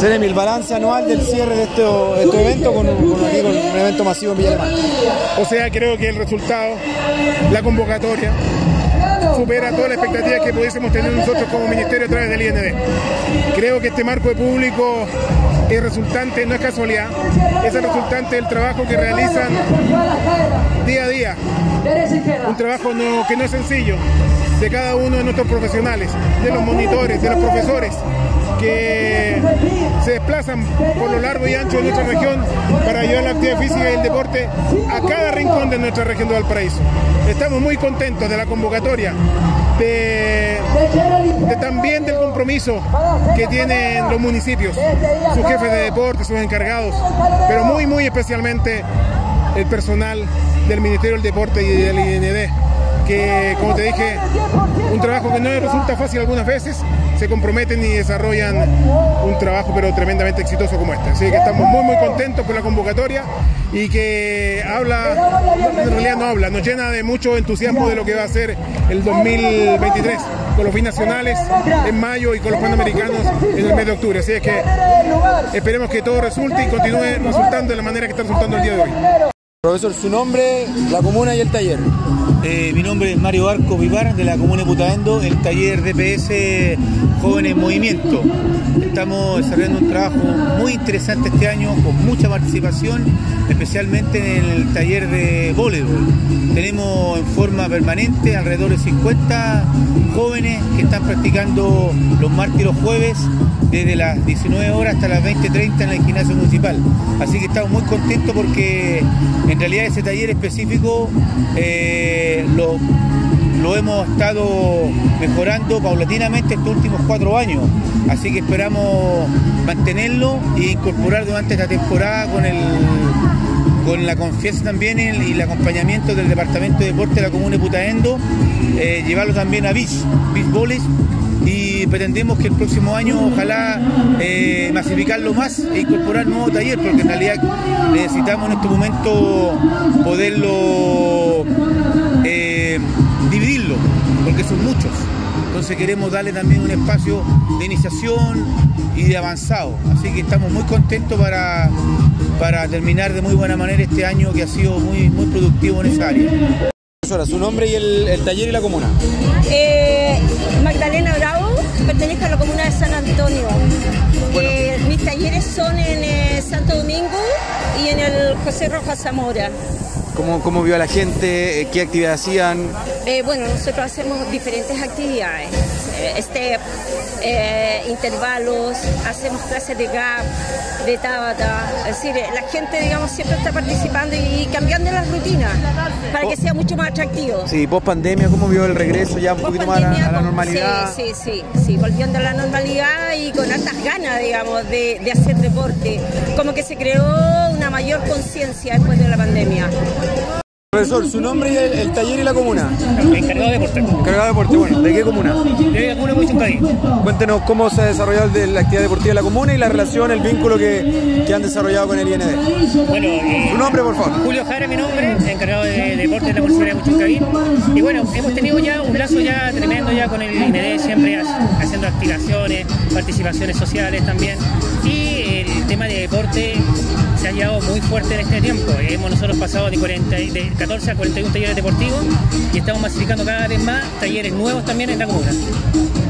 Seremi, el balance anual del cierre de este evento con un evento masivo en Villa Alemana. O sea, creo que el resultado, la convocatoria, supera todas las expectativas que pudiésemos tener nosotros como ministerio a través del IND. Creo que este marco de público es resultante, no es casualidad, es el resultante del trabajo que realizan día a día. Un trabajo que no es sencillo, de cada uno de nuestros profesionales, de los monitores, de los profesores, que se desplazan por lo largo y ancho de nuestra región para llevar la actividad física y el deporte a cada rincón de nuestra región de Valparaíso. Estamos muy contentos de la convocatoria, también del compromiso que tienen los municipios, sus jefes de deporte, sus encargados, pero muy especialmente el personal del Ministerio del Deporte y del IND, que, como te dije, un trabajo que no les resulta fácil algunas veces, se comprometen y desarrollan un trabajo pero tremendamente exitoso como este. Así que estamos muy contentos con la convocatoria y que en realidad nos llena de mucho entusiasmo de lo que va a ser el 2023, con los binacionales en mayo y con los panamericanos en el mes de octubre. Así es que esperemos que todo resulte y continúe resultando de la manera que está resultando el día de hoy. Profesor, su nombre, la comuna y el taller. Mi nombre es Mario Barco Vivar, de la comuna de Putaendo, el taller DPS Jóvenes en Movimiento. Estamos desarrollando un trabajo muy interesante este año, con mucha participación, especialmente en el taller de voleibol. Tenemos en forma permanente alrededor de 50 jóvenes que están practicando los martes y los jueves, desde las 19 horas hasta las 20:30 en el gimnasio municipal. Así que estamos muy contentos porque en realidad ese taller específico lo hemos estado mejorando paulatinamente estos últimos 4 años. Así que esperamos mantenerlo e incorporar durante esta temporada con la confianza también y el acompañamiento del Departamento de Deporte de la Comuna de Putaendo, llevarlo también a Beach Volley, y pretendemos que el próximo año ojalá masificarlo más e incorporar nuevo taller, porque en realidad necesitamos en este momento poderlo dividirlo, porque son muchos. Entonces queremos darle también un espacio de iniciación y de avanzado. Así que estamos muy contentos para terminar de muy buena manera este año, que ha sido muy productivo en esa área. Profesora, su nombre y el taller y la comuna. Magdalena Bravo, pertenezco a la comuna de San Antonio. Bueno. Mis talleres son en Santo Domingo y en el José Rojas Zamora. ¿Cómo vio a la gente? ¿Qué actividades hacían? Bueno, nosotros hacemos diferentes actividades, intervalos, hacemos clases de gap, de tabata, es decir, la gente, digamos, siempre está participando y cambiando las rutinas para que sea mucho más atractivo. Sí, post pandemia, ¿cómo vio el regreso ya un poquito más a la normalidad? Sí, volviendo a la normalidad y con altas ganas, digamos, de hacer deporte, como que se creó una mayor conciencia después de la pandemia. Profesor, su nombre y el taller y la comuna. Encargado de deporte. Encargado de deporte, bueno, ¿de qué comuna? De la comuna de Muchuncaví. Cuéntenos cómo se ha desarrollado la actividad deportiva de la comuna y la relación, el vínculo que han desarrollado con el IND. Bueno, su nombre, por favor. Julio Jara, mi nombre, encargado de deporte de la Municipalidad de Muchuncaví. Y bueno, hemos tenido ya un lazo ya tremendo ya con el IND, siempre haciendo activaciones, participaciones sociales también. Y el tema de deporte se ha llevado muy fuerte en este tiempo. Hemos nosotros pasado de 14 a 41 talleres deportivos y estamos masificando cada vez más talleres nuevos también en la comuna.